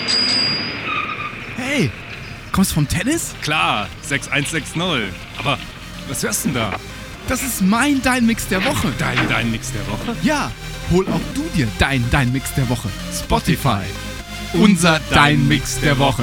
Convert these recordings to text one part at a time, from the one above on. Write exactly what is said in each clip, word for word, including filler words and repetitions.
Hey, kommst du vom Tennis? Klar, sechs eins sechs null. Aber was hörst du denn da? Das ist mein Dein Mix der Woche. Dein, dein Mix der Woche? Ja, hol auch du dir dein Dein Mix der Woche. Spotify. Unser Dein Mix der Woche.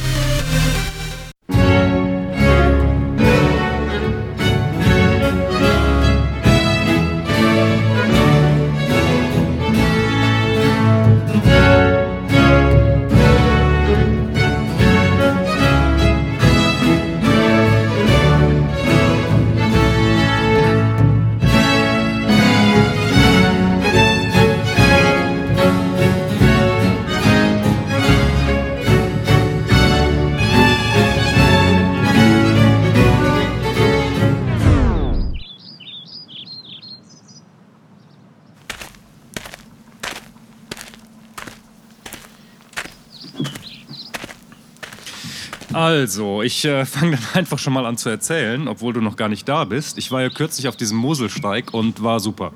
Also, ich äh, fange dann einfach schon mal an zu erzählen, obwohl du noch gar nicht da bist. Ich war ja kürzlich auf diesem Moselsteig und war super.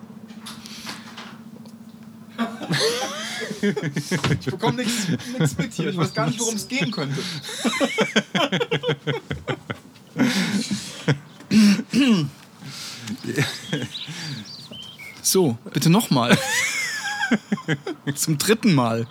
Ich bekomme nichts mit hier. Ich weiß gar nicht, worum es gehen könnte. So, bitte nochmal. Zum dritten Mal.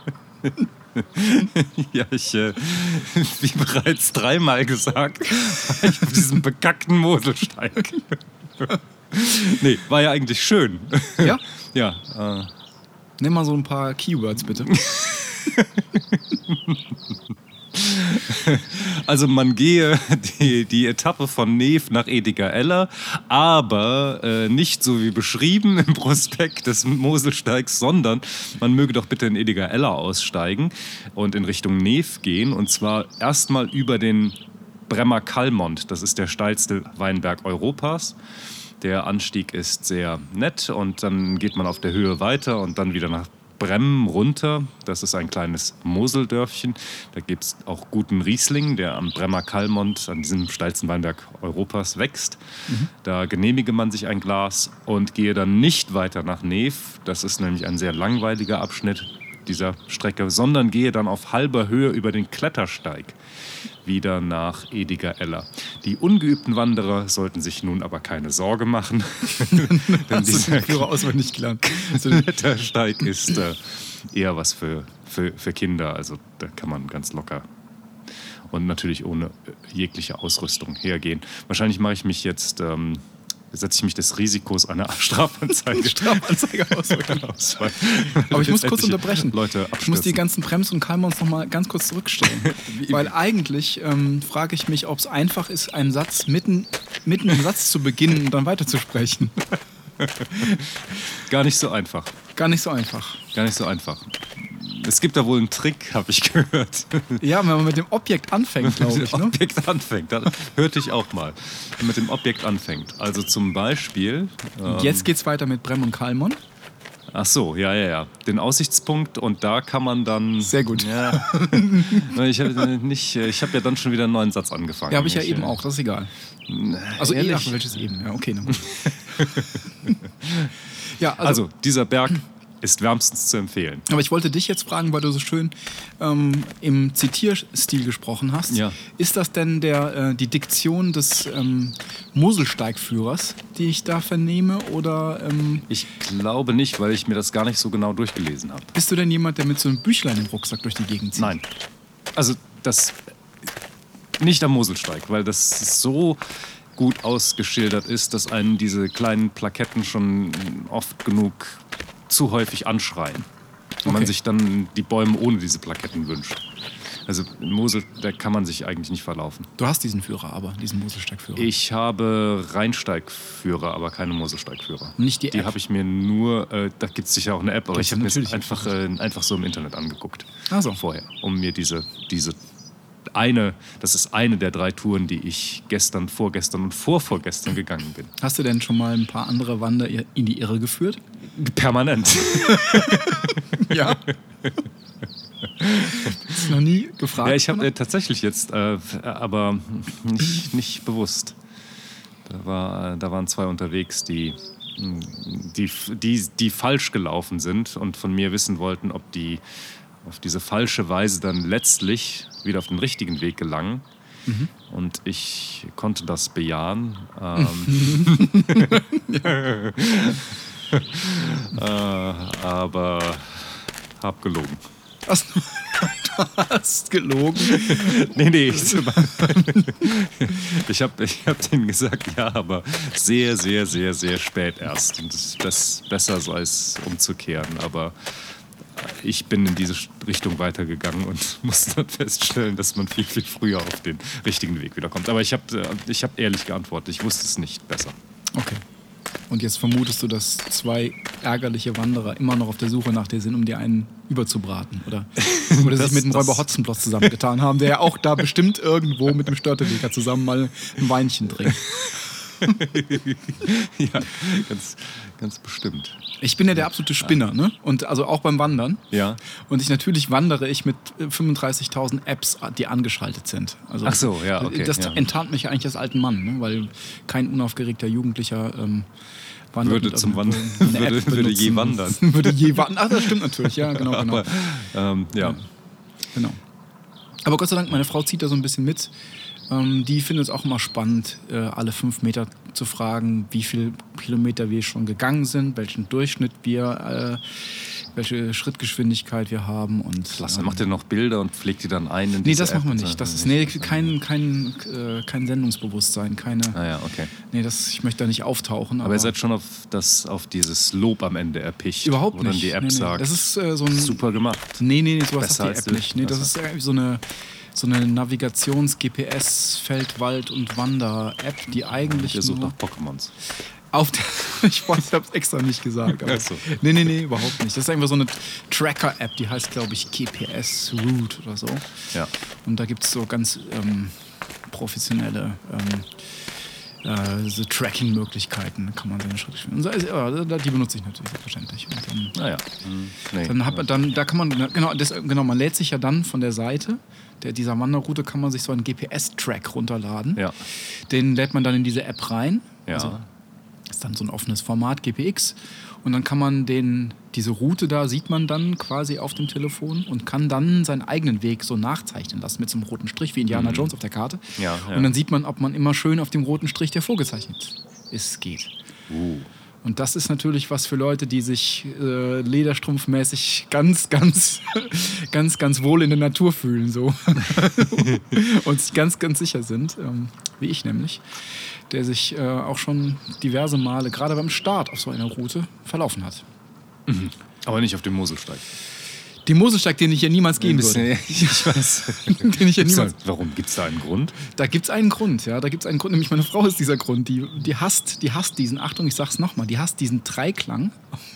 Ja, ich, äh, wie bereits dreimal gesagt, war ich auf diesem bekackten Moselsteig. Nee, war ja eigentlich schön. Ja? Ja. Äh. Nimm mal so ein paar Keywords, bitte. Also man gehe die, die Etappe von Neef nach Ediger-Eller, aber äh, nicht so wie beschrieben im Prospekt des Moselsteigs, sondern man möge doch bitte in Ediger-Eller aussteigen und in Richtung Neef gehen. Und zwar erstmal über den Bremmer Kalmont. Das ist der steilste Weinberg Europas. Der Anstieg ist sehr nett und dann geht man auf der Höhe weiter und dann wieder nach Bremmen runter. Das ist ein kleines Moseldörfchen. Da gibt es auch guten Riesling, der am Bremmer Kalmont, an diesem steilsten Weinberg Europas, wächst. Mhm. Da genehmige man sich ein Glas und gehe dann nicht weiter nach Neef. Das ist nämlich ein sehr langweiliger Abschnitt dieser Strecke, sondern gehe dann auf halber Höhe über den Klettersteig wieder nach Ediger-Eller. Die ungeübten Wanderer sollten sich nun aber keine Sorge machen. Denn dieser Klettersteig ist äh, eher was für, für, für Kinder. Also da kann man ganz locker und natürlich ohne jegliche Ausrüstung hergehen. Wahrscheinlich mache ich mich jetzt... Ähm, setze ich mich des Risikos einer Strafanzeige, Strafanzeige aus. aus weil, Aber ich muss kurz unterbrechen. Leute ich muss die ganzen Bremsen und Kalmons noch mal ganz kurz zurückstellen. Weil eigentlich ähm, frage ich mich, ob es einfach ist, einen Satz mitten, mitten im Satz zu beginnen und dann weiterzusprechen. Gar nicht so einfach. Gar nicht so einfach. Gar nicht so einfach. Es gibt da wohl einen Trick, habe ich gehört. Ja, wenn man mit dem Objekt anfängt, glaube ich. Mit dem Objekt ne? anfängt, das hörte ich auch mal. Wenn man mit dem Objekt anfängt. Also zum Beispiel... Ähm, Jetzt geht's weiter mit Brem und Kalmont. Ach so, ja, ja, ja. Den Aussichtspunkt und da kann man dann... Sehr gut. Ja, ich habe nicht, ich habe ja dann schon wieder einen neuen Satz angefangen. Ja, habe ich ja eben auch, das ist egal. Also eh, ach, welches eben? Ja, okay. Ja, also, also dieser Berg... ist wärmstens zu empfehlen. Aber ich wollte dich jetzt fragen, weil du so schön ähm, im Zitierstil gesprochen hast. Ja. Ist das denn der, äh, die Diktion des ähm, Moselsteigführers, die ich da vernehme? Oder, ähm, ich glaube nicht, weil ich mir das gar nicht so genau durchgelesen habe. Bist du denn jemand, der mit so einem Büchlein im Rucksack durch die Gegend zieht? Nein. Also das nicht am Moselsteig, weil das so gut ausgeschildert ist, dass einen diese kleinen Plaketten schon oft genug zu häufig anschreien. Und okay. man sich dann die Bäume ohne diese Plaketten wünscht. Also in Mosel, da kann man sich eigentlich nicht verlaufen. Du hast diesen Führer aber, diesen Moselsteigführer. Ich habe Rheinsteigführer, aber keine Moselsteigführer. Nicht die App? Die habe ich mir nur, äh, da gibt es sicher auch eine App, aber das ich habe mir das einfach, äh, einfach so im Internet angeguckt. Ach so. Vorher, um mir diese, diese eine, das ist eine der drei Touren, die ich gestern, vorgestern und vorvorgestern gegangen bin. Hast du denn schon mal ein paar andere Wander in die Irre geführt? Permanent. Ja. Hast du noch nie gefragt? Ja, ich habe äh, tatsächlich jetzt, äh, aber nicht, nicht bewusst. Da, war, da waren zwei unterwegs, die, die, die, die falsch gelaufen sind und von mir wissen wollten, ob die auf diese falsche Weise dann letztlich wieder auf den richtigen Weg gelangen. Mhm. Und ich konnte das bejahen. Ähm, äh, aber hab gelogen. Hast du, du hast gelogen? Nee, nee. Ich, ich habe ich hab denen gesagt, ja, aber sehr, sehr, sehr, sehr spät erst. Und das ist besser, als umzukehren. Aber ich bin in diese Richtung weitergegangen und musste dann feststellen, dass man viel, viel früher auf den richtigen Weg wiederkommt. Aber ich habe ich hab ehrlich geantwortet. Ich wusste es nicht besser. Okay. Und jetzt vermutest du, dass zwei ärgerliche Wanderer immer noch auf der Suche nach dir sind, um dir einen überzubraten, oder? Oder sich mit dem Räuber Hotzenplotz zusammengetan haben, der ja auch da bestimmt irgendwo mit dem Störteweger zusammen mal ein Weinchen trinkt. Ja, ganz, ganz bestimmt. Ich bin ja der absolute Spinner, ne? Und also auch beim Wandern. Ja. Und ich natürlich wandere ich mit fünfunddreißigtausend Apps, die angeschaltet sind. Also ach so, ja, okay. Das ja. enttarnt mich ja eigentlich als alten Mann, ne? Weil kein unaufgeregter Jugendlicher ähm, wandert. Würde zum Wandern, würde, würde je wandern. Würde je wandern. Ach, das stimmt natürlich, ja, genau. genau. Aber, ähm, ja. ja. Genau. Aber Gott sei Dank, meine Frau zieht da so ein bisschen mit. Ähm, die findet es auch immer spannend, äh, alle fünf Meter zu fragen, wie viele Kilometer wir schon gegangen sind, welchen Durchschnitt wir, äh, welche Schrittgeschwindigkeit wir haben. Und, Klasse, ähm, macht ihr noch Bilder und pflegt die dann ein in Nee, diese das machen wir App? nicht. Das ist nee, kein, kein, äh, kein Sendungsbewusstsein, keine. Ah ja, okay. Nee, das, ich möchte da nicht auftauchen. Aber, aber ihr seid schon auf, das, auf dieses Lob am Ende erpicht. Überhaupt wo dann nicht. die App nee, nee. sagt, Das ist äh, so ein. super gemacht. Nee, nee, nee, sowas Besser hat die als App du. nicht. Nee, das ist irgendwie so eine, so eine Navigations-G P S-Feld-, Wald- und Wander-App, die eigentlich. Ihr sucht nur nach Pokémons. auf der, ich weiß, ich hab's extra nicht gesagt. Aber Ach so. Nee, nee, nee, überhaupt nicht. Das ist einfach so eine Tracker-App, die heißt, glaube ich, G P S Route oder so. Ja. Und da gibt es so ganz ähm, professionelle ähm, äh, so Tracking-Möglichkeiten, kann man seine Schritte spielen. Und so, also, ja, die benutze ich natürlich selbstverständlich. Und dann, Naja. Hm. Nee. dann hat man, dann, da kann man, genau, das, genau, man lädt sich ja dann von der Seite der, dieser Wanderroute, kann man sich so einen G P S-Track runterladen. Ja. Den lädt man dann in diese App rein. Ja. Also, ist dann so ein offenes Format, G P X. Und dann kann man den, diese Route da, sieht man dann quasi auf dem Telefon und kann dann seinen eigenen Weg so nachzeichnen lassen mit so einem roten Strich, wie Indiana Mhm. Jones auf der Karte. Ja, ja. Und dann sieht man, ob man immer schön auf dem roten Strich, der vorgezeichnet ist, geht. Uh. Und das ist natürlich was für Leute, die sich äh, lederstrumpfmäßig ganz, ganz, ganz, ganz wohl in der Natur fühlen so. Und sich ganz, ganz sicher sind, ähm, wie ich nämlich, der sich äh, auch schon diverse Male, gerade beim Start auf so einer Route, verlaufen hat. Mhm. Aber nicht auf dem Moselsteig. Den Moselsteig, den ich ja niemals gehen würde. Ich weiß. Den ich ja Gibt's da, niemals, warum? Gibt es da einen Grund? da gibt es einen Grund, ja. Da gibt es einen Grund, nämlich meine Frau ist dieser Grund. Die, die, hasst, die hasst diesen, Achtung, ich sag's nochmal, die hasst diesen Dreiklang.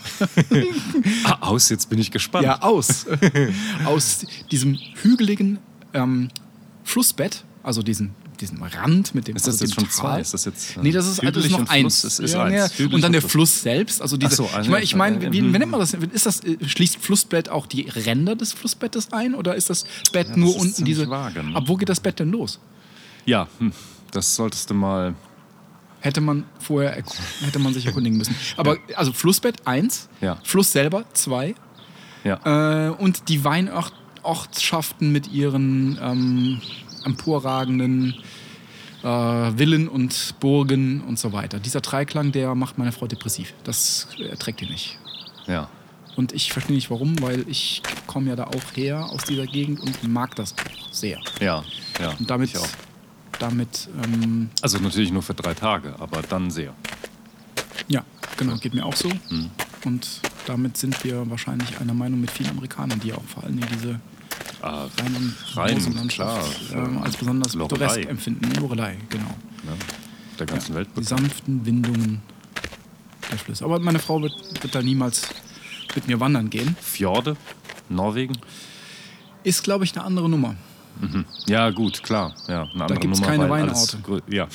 Ah, aus, jetzt bin ich gespannt. Ja, aus. Aus diesem hügeligen ähm, Flussbett, also diesen, diesen Rand mit dem Ist das also jetzt dem schon zwei? Tal. Ist das jetzt, äh, Nee, das ist, das ist hügelig noch und eins. Fluss? Es ist ja, eins. ja. Hügelig Und dann der und Fluss selbst. Also diese, Ach so, ich meine, ich mein, ja, wie, ja. wie nennt man das? Ist das? Schließt Flussbett auch die Ränder des Flussbettes ein oder ist das Bett Ja, nur das ist unten ziemlich diese? vage, ne? Ab wo geht das Bett denn los? Ja, hm, das solltest du mal. Hätte man vorher erku- hätte man sich erkundigen müssen. Aber also Flussbett eins, Ja. Fluss selber zwei. Ja. Äh, und die Weinortschaften mit ihren ähm, emporragenden äh, Villen und Burgen und so weiter. Dieser Dreiklang, der macht meine Frau depressiv. Das erträgt die nicht. Ja. Und ich verstehe nicht warum, weil ich komme ja da auch her aus dieser Gegend und mag das auch sehr. Ja. Ja. Und damit, Ich auch. damit ähm, Also natürlich nur für drei Tage, aber dann sehr. ja, genau, geht mir auch so. Hm. Und damit sind wir wahrscheinlich einer Meinung mit vielen Amerikanern, die auch vor allem diese Ah, Rhein- und Rhein, Mosellandschaft klar. ähm, als besonders Lorelei. pittoresk empfinden. Lorelei, genau. ne, der ganzen Welt Die bekannt. sanften Windungen der Flüsse. Aber meine Frau wird, wird da niemals mit mir wandern gehen. Fjorde, Norwegen. Ist, glaube ich, eine andere Nummer. Mhm. Ja, gut, klar. Ja, eine andere gibt's Nummer, keine weil alles Weinorte. grö- Ja.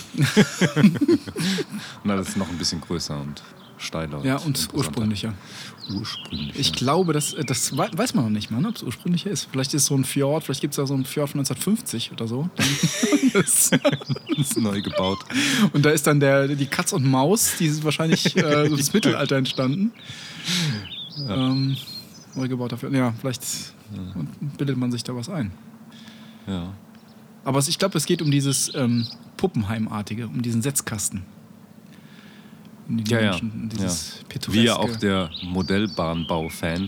Und alles noch ein bisschen größer und steiler. Ja, und imposanter. ursprünglicher. Ursprünglich. Ich glaube, das, das wei- weiß man noch nicht mal, ob es ursprünglicher ist. Vielleicht ist es so ein Fjord, vielleicht gibt es ja so einen Fjord von neunzehnhundertfünfzig oder so. das, ist neu gebaut. und da ist dann der, die Katz und Maus, die ist wahrscheinlich äh, so das Mittelalter entstanden. Ja. Ähm, Neu gebauter Pferd. Ja, vielleicht ja. bildet man sich da was ein. Ja. Aber es, ich glaube, es geht um dieses ähm, Puppenheimartige, um diesen Setzkasten. Um die ja, Menschen, ja. um dieses ja. Pittoreske. Wie ja auch der Modellbahnbau-Fan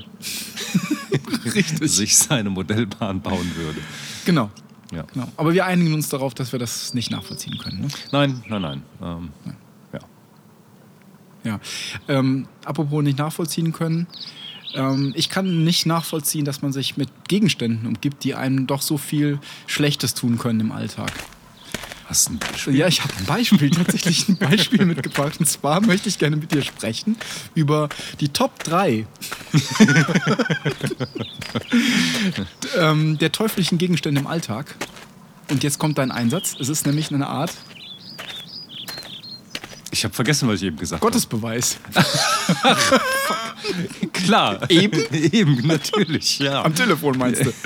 sich seine Modellbahn bauen würde. Genau. Ja. genau. Aber wir einigen uns darauf, dass wir das nicht nachvollziehen können. Ne? Nein, nein, nein. Ähm, ja. ja. Ähm, apropos nicht nachvollziehen können. Ähm, ich kann nicht nachvollziehen, dass man sich mit Gegenständen umgibt, die einem doch so viel Schlechtes tun können im Alltag. Hast du ein Beispiel? Ja, ich habe ein Beispiel, tatsächlich ein Beispiel mitgebracht. Und zwar möchte ich gerne mit dir sprechen über die Top drei ähm, der teuflischen Gegenstände im Alltag. Und jetzt kommt dein Einsatz. Es ist nämlich eine Art Ich habe vergessen, was ich eben gesagt habe. Gottesbeweis. Klar. Eben? Eben, natürlich, ja. Am Telefon meinst du?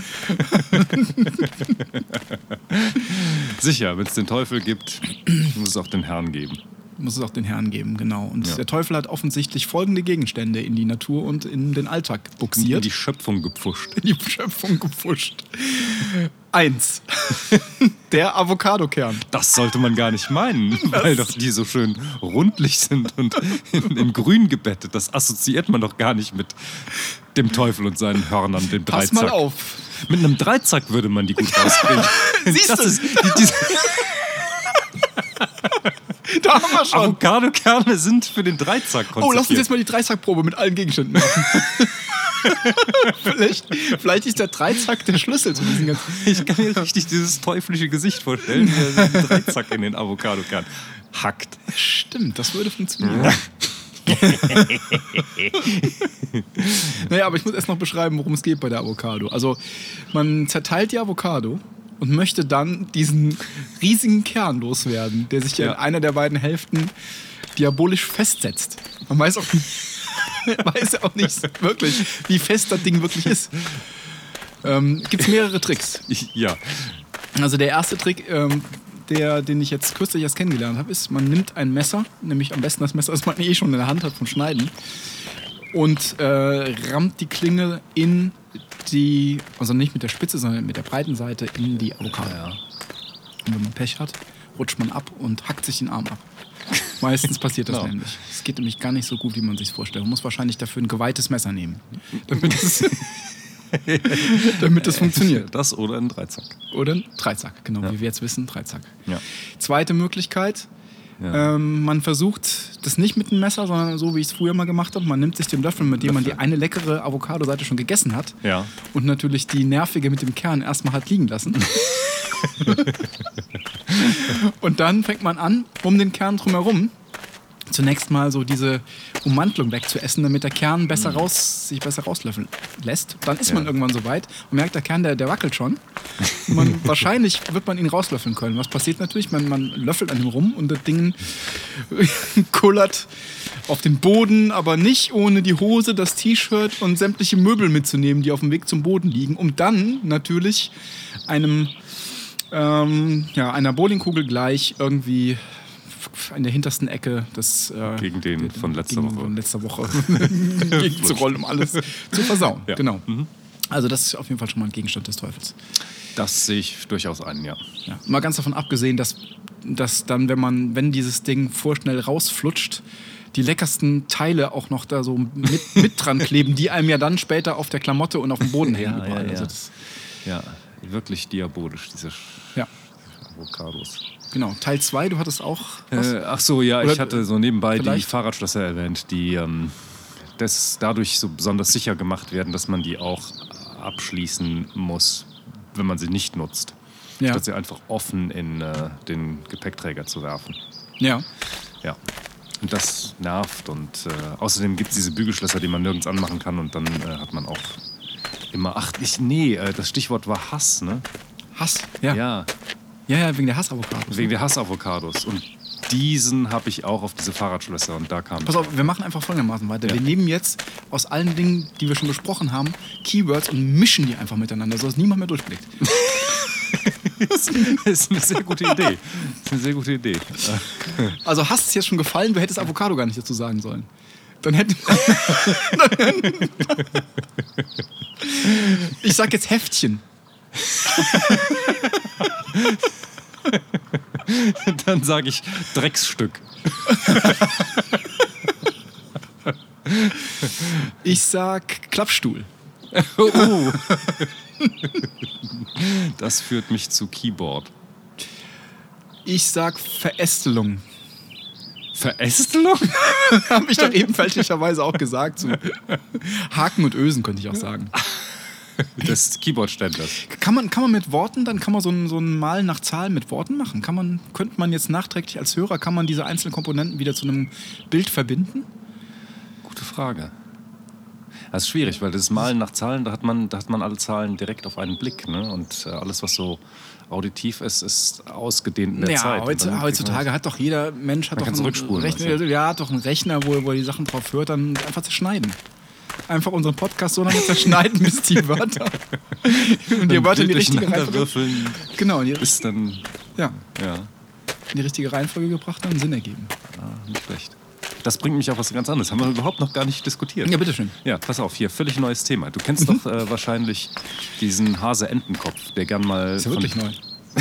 Sicher, wenn es den Teufel gibt, muss es auch den Herrn geben. Muss es auch den Herrn geben, genau. Und Ja. der Teufel hat offensichtlich folgende Gegenstände in die Natur und in den Alltag In buxiert. die Schöpfung gepfuscht. In die Schöpfung gepfuscht. Eins. Der Avocadokern. Das sollte man gar nicht meinen, weil doch die so schön rundlich sind und in, in grün gebettet. Das assoziiert man doch gar nicht mit dem Teufel und seinen Hörnern, dem Pass Dreizack. mal auf. Mit einem Dreizack würde man die gut rauskriegen. Siehst Das du? ist, die, diese Da haben wir schon. Avocadokerne sind für den Dreizack konzipiert. Oh, lass uns jetzt mal die Dreizackprobe mit allen Gegenständen machen. vielleicht, vielleicht ist der Dreizack der Schlüssel zu diesen ganzen... Ich kann mir richtig dieses teuflische Gesicht vorstellen, wie er einen Dreizack in den Avocadokern hackt. Stimmt, das würde funktionieren. Naja, aber ich muss erst noch beschreiben, worum es geht bei der Avocado. Also, man zerteilt die Avocado und möchte dann diesen riesigen Kern loswerden, der sich ja Ja. in einer der beiden Hälften diabolisch festsetzt. Man weiß auch, weiß ja auch nicht wirklich, wie fest das Ding wirklich ist. Ähm, Gibt es mehrere Tricks. Ich, ja. Also der erste Trick, ähm, der, den ich jetzt kürzlich erst kennengelernt habe, ist, man nimmt ein Messer, nämlich am besten das Messer, das man eh schon in der Hand hat vom Schneiden, und äh, rammt die Klinge in die, also nicht mit der Spitze, sondern mit der breiten Seite in die Avocado. Ja. Und wenn man Pech hat, rutscht man ab und hackt sich den Arm ab. Meistens passiert das Genau. nämlich. Es geht nämlich gar nicht so gut, wie man sich vorstellt. Man muss wahrscheinlich dafür ein geweihtes Messer nehmen, damit es, damit es funktioniert. Das oder ein Dreizack. Oder ein Dreizack, genau, Ja. wie wir jetzt wissen, Dreizack. Ja. Zweite Möglichkeit, Ja. ähm, man versucht das nicht mit dem Messer, sondern so, wie ich es früher mal gemacht habe. Man nimmt sich den Löffel, mit dem man die eine leckere Avocado-Seite schon gegessen hat, Ja. und natürlich die nervige mit dem Kern erstmal hat liegen lassen. Und dann fängt man an, um den Kern drumherum zunächst mal so diese Ummantelung wegzuessen, damit der Kern besser raus, sich besser rauslöffeln lässt. Dann ist man Ja. irgendwann so weit und merkt, der Kern, der, der wackelt schon. Und man, wahrscheinlich wird man ihn rauslöffeln können. Was passiert natürlich? Man, man löffelt an ihm rum und das Ding kullert auf den Boden, aber nicht ohne die Hose, das T-Shirt und sämtliche Möbel mitzunehmen, die auf dem Weg zum Boden liegen, um dann natürlich einem, ähm, ja, einer Bowlingkugel gleich irgendwie in der hintersten Ecke des, äh, Gegen den von letzter gegen Woche. Von letzter Woche gegen zu rollen, um alles zu versauen. Ja. Genau. Mhm. Also das ist auf jeden Fall schon mal ein Gegenstand des Teufels. Das sehe ich durchaus ein, ja. Ja. Mal ganz davon abgesehen, dass, dass dann, wenn man, wenn dieses Ding vorschnell rausflutscht, die leckersten Teile auch noch da so mit, mit dran kleben, die einem ja dann später auf der Klamotte und auf dem Boden hängen. Ja, überall. ja, ja. Also das, Ja, wirklich diabolisch, diese Sch- ja, Avocados. genau. Teil zwei, du hattest auch was? Äh, ach so, ja, Oder ich hatte so nebenbei die vielleicht- Fahrradschlösser erwähnt, die ähm, das dadurch so besonders sicher gemacht werden, dass man die auch abschließen muss, wenn man sie nicht nutzt. Ja. Statt sie einfach offen in äh, den Gepäckträger zu werfen. Ja. Ja. Und das nervt. Und äh, außerdem gibt es diese Bügelschlösser, die man nirgends anmachen kann. Und dann äh, hat man auch immer. Ach, ich, nee, äh, das Stichwort war Hass, ne? Hass. Ja. Ja, Ja, ja, wegen der Hassavocados. wegen der Hassavocados. Und diesen habe ich auch auf diese Fahrradschlösser. Und da kam. Pass auf, wir machen einfach folgendermaßen weiter. Ja. Wir nehmen jetzt aus allen Dingen, die wir schon besprochen haben, Keywords und mischen die einfach miteinander, sodass niemand mehr durchblickt. Das ist eine sehr gute Idee. Das ist eine sehr gute Idee. Also hast es jetzt schon gefallen, du hättest Avocado gar nicht dazu sagen sollen. Dann hätte ich sag jetzt Heftchen. Dann sage ich Drecksstück. Ich sag Klappstuhl. Oh. Das führt mich zu Keyboard. Ich sag Verästelung. Verästelung? Habe ich doch eben fälschlicherweise auch gesagt. So. Haken und Ösen könnte ich auch sagen. Des Keyboardständers. Kann man, kann man mit Worten, dann kann man so ein, so ein Malen nach Zahlen mit Worten machen? Kann man, könnte man jetzt nachträglich als Hörer, kann man diese einzelnen Komponenten wieder zu einem Bild verbinden? Gute Frage. Das ist schwierig, weil das Malen nach Zahlen, da hat man, da hat man alle Zahlen direkt auf einen Blick. Ne? Und äh, alles, was so auditiv ist, ist ausgedehnt in der ja, Zeit. Heutzutage, heutzutage hat doch jeder Mensch hat Man doch kann einen zurückspulen, Rechner, weißt du? ja, hat doch einen Rechner, wo, wo er die Sachen drauf hört, dann einfach zerschneiden. Einfach unseren Podcast so lange zerschneiden, bis die Wörter und die Wörter in die richtige Reihenfolge würfeln, genau, die, ist dann ja, ja, in die richtige Reihenfolge gebracht und Sinn ergeben. ah, nicht schlecht. Das bringt mich auf was ganz anderes. Haben wir überhaupt noch gar nicht diskutiert. Ja, bitteschön. Ja, pass auf, hier, völlig neues Thema. Du kennst doch äh, wahrscheinlich diesen Hase-Entenkopf, der gern mal... Ist ja wirklich von, neu.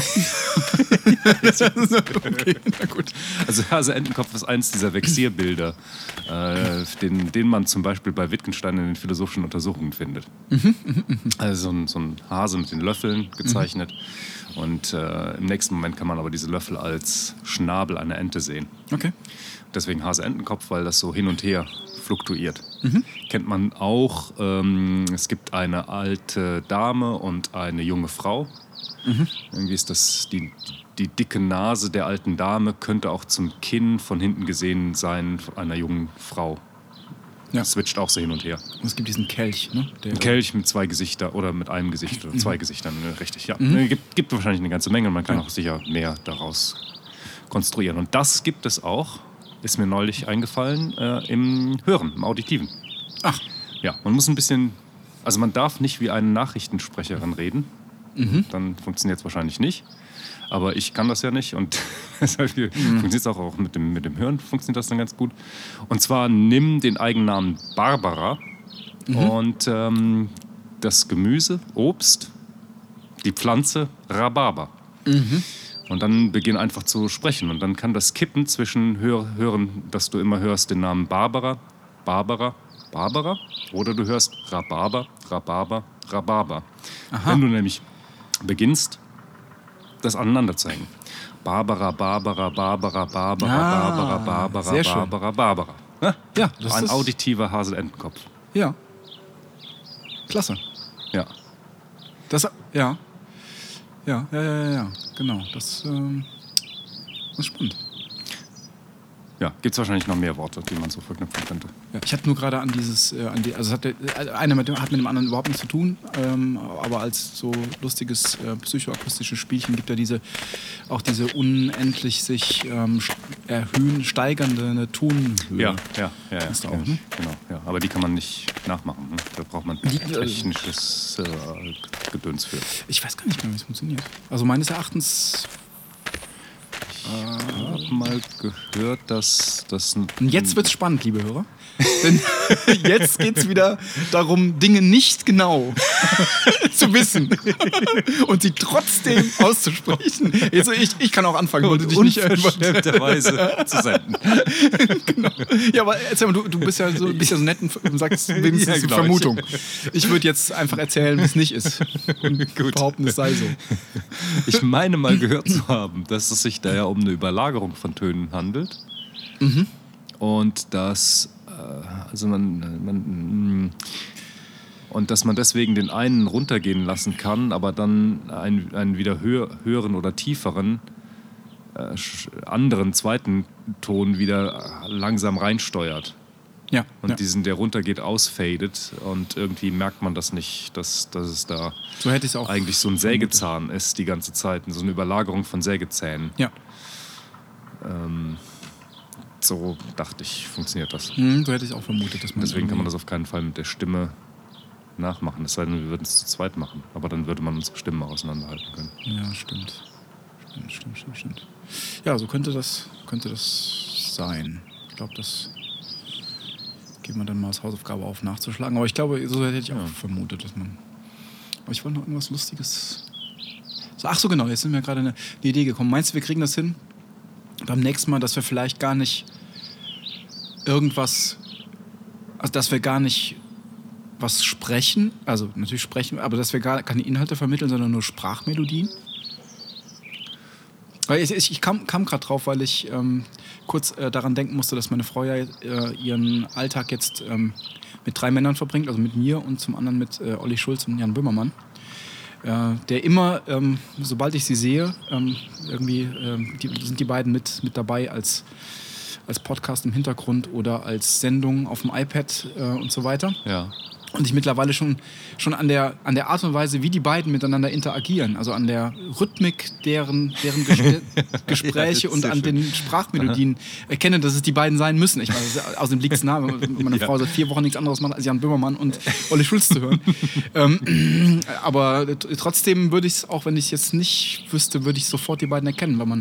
Okay, na gut. Also Hase-Entenkopf ist eins dieser Vexierbilder, äh, den, den man zum Beispiel bei Wittgenstein in den philosophischen Untersuchungen findet. Also so ein, so ein Hase mit den Löffeln gezeichnet. Und äh, im nächsten Moment kann man aber diese Löffel als Schnabel einer Ente sehen. Okay. Deswegen Hase-Entenkopf, weil das so hin und her fluktuiert. Mhm. Kennt man auch, ähm, es gibt eine alte Dame und eine junge Frau. Mhm. Irgendwie ist das die, die dicke Nase der alten Dame könnte auch zum Kinn von hinten gesehen sein von einer jungen Frau. Ja. Das switcht auch so hin und her. Und es gibt diesen Kelch, ne? Der Ein Kelch mit zwei Gesichtern oder mit einem Gesicht oder zwei mhm. Gesichtern, ne? Richtig, ja. Mhm. Gibt, gibt wahrscheinlich eine ganze Menge und man kann ja. auch sicher mehr daraus konstruieren. Und das gibt es auch, ist mir neulich eingefallen, äh, im Hören, im Auditiven. Ach. Ja, man muss ein bisschen, also man darf nicht wie eine Nachrichtensprecherin reden. Mhm. Dann funktioniert es wahrscheinlich nicht. Aber ich kann das ja nicht und deshalb mhm. funktioniert es auch, auch mit dem, mit dem Hören funktioniert das dann ganz gut. Und zwar nimm den Eigennamen Barbara mhm. und ähm, das Gemüse, Obst, die Pflanze Rhabarber. Mhm. Und dann beginn einfach zu sprechen. Und dann kann das kippen zwischen Hör, Hören, dass du immer hörst den Namen Barbara, Barbara, Barbara. Oder du hörst Rhabarber, Rhabarber, Rhabarber. Aha. Wenn du nämlich beginnst, das aneinander zu hängen. Barbara, Barbara, Barbara, Barbara, ah, Barbara, Barbara, sehr Barbara, Barbara. Ja, ja, das ein ist auditiver Hase-Entenkopf. Ja. Klasse. Ja. Das, ja. Ja, ja, ja, ja, ja. Genau. Das, ähm, das ist spannend. Ja, gibt es wahrscheinlich noch mehr Worte, die man so verknüpfen könnte. Ja, ich hatte nur gerade an dieses, äh, an die, also es hat, äh, eine mit dem, hat mit dem anderen überhaupt nichts zu tun, ähm, aber als so lustiges äh, psychoakustisches Spielchen gibt ja diese, auch diese unendlich sich ähm, erhöhen, steigernde Tonhöhe. Ja, ja, ja, ja, das ja auch, ne? Genau, ja. Aber die kann man nicht nachmachen. Ne? Da braucht man Die, äh, technisches äh, Gedöns für. Ich weiß gar nicht mehr, wie es funktioniert. Also meines Erachtens... Ich habe mal gehört, dass das... Und jetzt wird's spannend, liebe Hörer. Denn jetzt geht's wieder darum, Dinge nicht genau zu wissen und sie trotzdem auszusprechen. Jetzt, ich, ich kann auch anfangen, wollte dich nicht unverschämterweise zu senden. Genau. Ja, aber erzähl mal, du, du bist ja so, bist ja so nett und sagst wenigstens ja, genau. eine Vermutung. Ich würde jetzt einfach erzählen, wie es nicht ist und Gut. behaupten, es sei so. Ich meine mal gehört zu haben, dass es sich da ja um eine Überlagerung von Tönen handelt. Mhm. Und dass also man, man und dass man deswegen den einen runtergehen lassen kann, aber dann einen, einen wieder höher, höheren oder tieferen äh, anderen zweiten Ton wieder langsam reinsteuert. Ja. Und ja. diesen, der runtergeht, ausfadet und irgendwie merkt man das nicht, dass, dass es da so hätte ich's auch eigentlich so ein Sägezahn vermutet. Ist die ganze Zeit, so eine Überlagerung von Sägezähnen. Ja. Ähm, So dachte ich, funktioniert das. Hm, so hätte ich auch vermutet, dass man. Deswegen kann man das auf keinen Fall mit der Stimme nachmachen. Es sei denn, wir würden es zu zweit machen. Aber dann würde man unsere Stimmen auseinanderhalten können. Ja, stimmt. Stimmt, stimmt, stimmt, stimmt. Ja, so könnte das, könnte das sein. Ich glaube, das geben wir dann mal als Hausaufgabe auf, nachzuschlagen. Aber ich glaube, so hätte ich auch Ja. vermutet, dass man... Aber ich wollte noch irgendwas Lustiges... So, ach so, genau, jetzt sind mir gerade eine, eine Idee gekommen. Meinst du, wir kriegen das hin? Beim nächsten Mal, dass wir vielleicht gar nicht irgendwas... Also, dass wir gar nicht was sprechen, also natürlich sprechen, aber dass wir gar keine Inhalte vermitteln, sondern nur Sprachmelodien. Weil ich, ich, ich kam, kam gerade drauf, weil ich ähm, kurz äh, daran denken musste, dass meine Frau ja äh, ihren Alltag jetzt ähm, mit drei Männern verbringt, also mit mir und zum anderen mit äh, Olli Schulz und Jan Böhmermann. Äh, der immer, ähm, sobald ich sie sehe, ähm, irgendwie ähm, die, sind die beiden mit, mit dabei als, als Podcast im Hintergrund oder als Sendung auf dem iPad äh, und so weiter. Ja. Und ich mittlerweile schon, schon an, der, an der Art und Weise, wie die beiden miteinander interagieren, also an der Rhythmik deren, deren Gespr Gespräche Ja, und an schön. den Sprachmelodien erkenne, dass es die beiden sein müssen. Ich weiß, außerdem liegt es nah, wenn meine Ja. Frau seit vier Wochen nichts anderes macht, als Jan Böhmermann und Olli Schulz zu hören. ähm, aber trotzdem würde ich es, auch wenn ich es jetzt nicht wüsste, würde ich sofort die beiden erkennen, weil man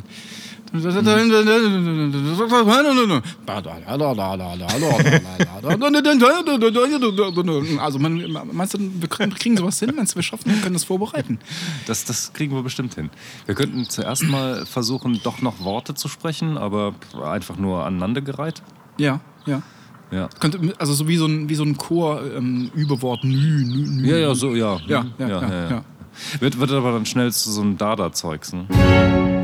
also man, meinst du, wir kriegen sowas hin? Meinst du, wir schaffen, wir können das vorbereiten? Das, das kriegen wir bestimmt hin. Wir könnten zuerst mal versuchen, doch noch Worte zu sprechen, aber einfach nur aneinandergereiht. Ja, ja. Ja. Könnte, also so wie so ein, wie so ein Chor-Überwort. Ähm, nü, nü, nü. Ja, ja, so, ja. Ja, ja, ja, ja. Wird, wird aber dann schnell zu so einem Dada-Zeugs, ne?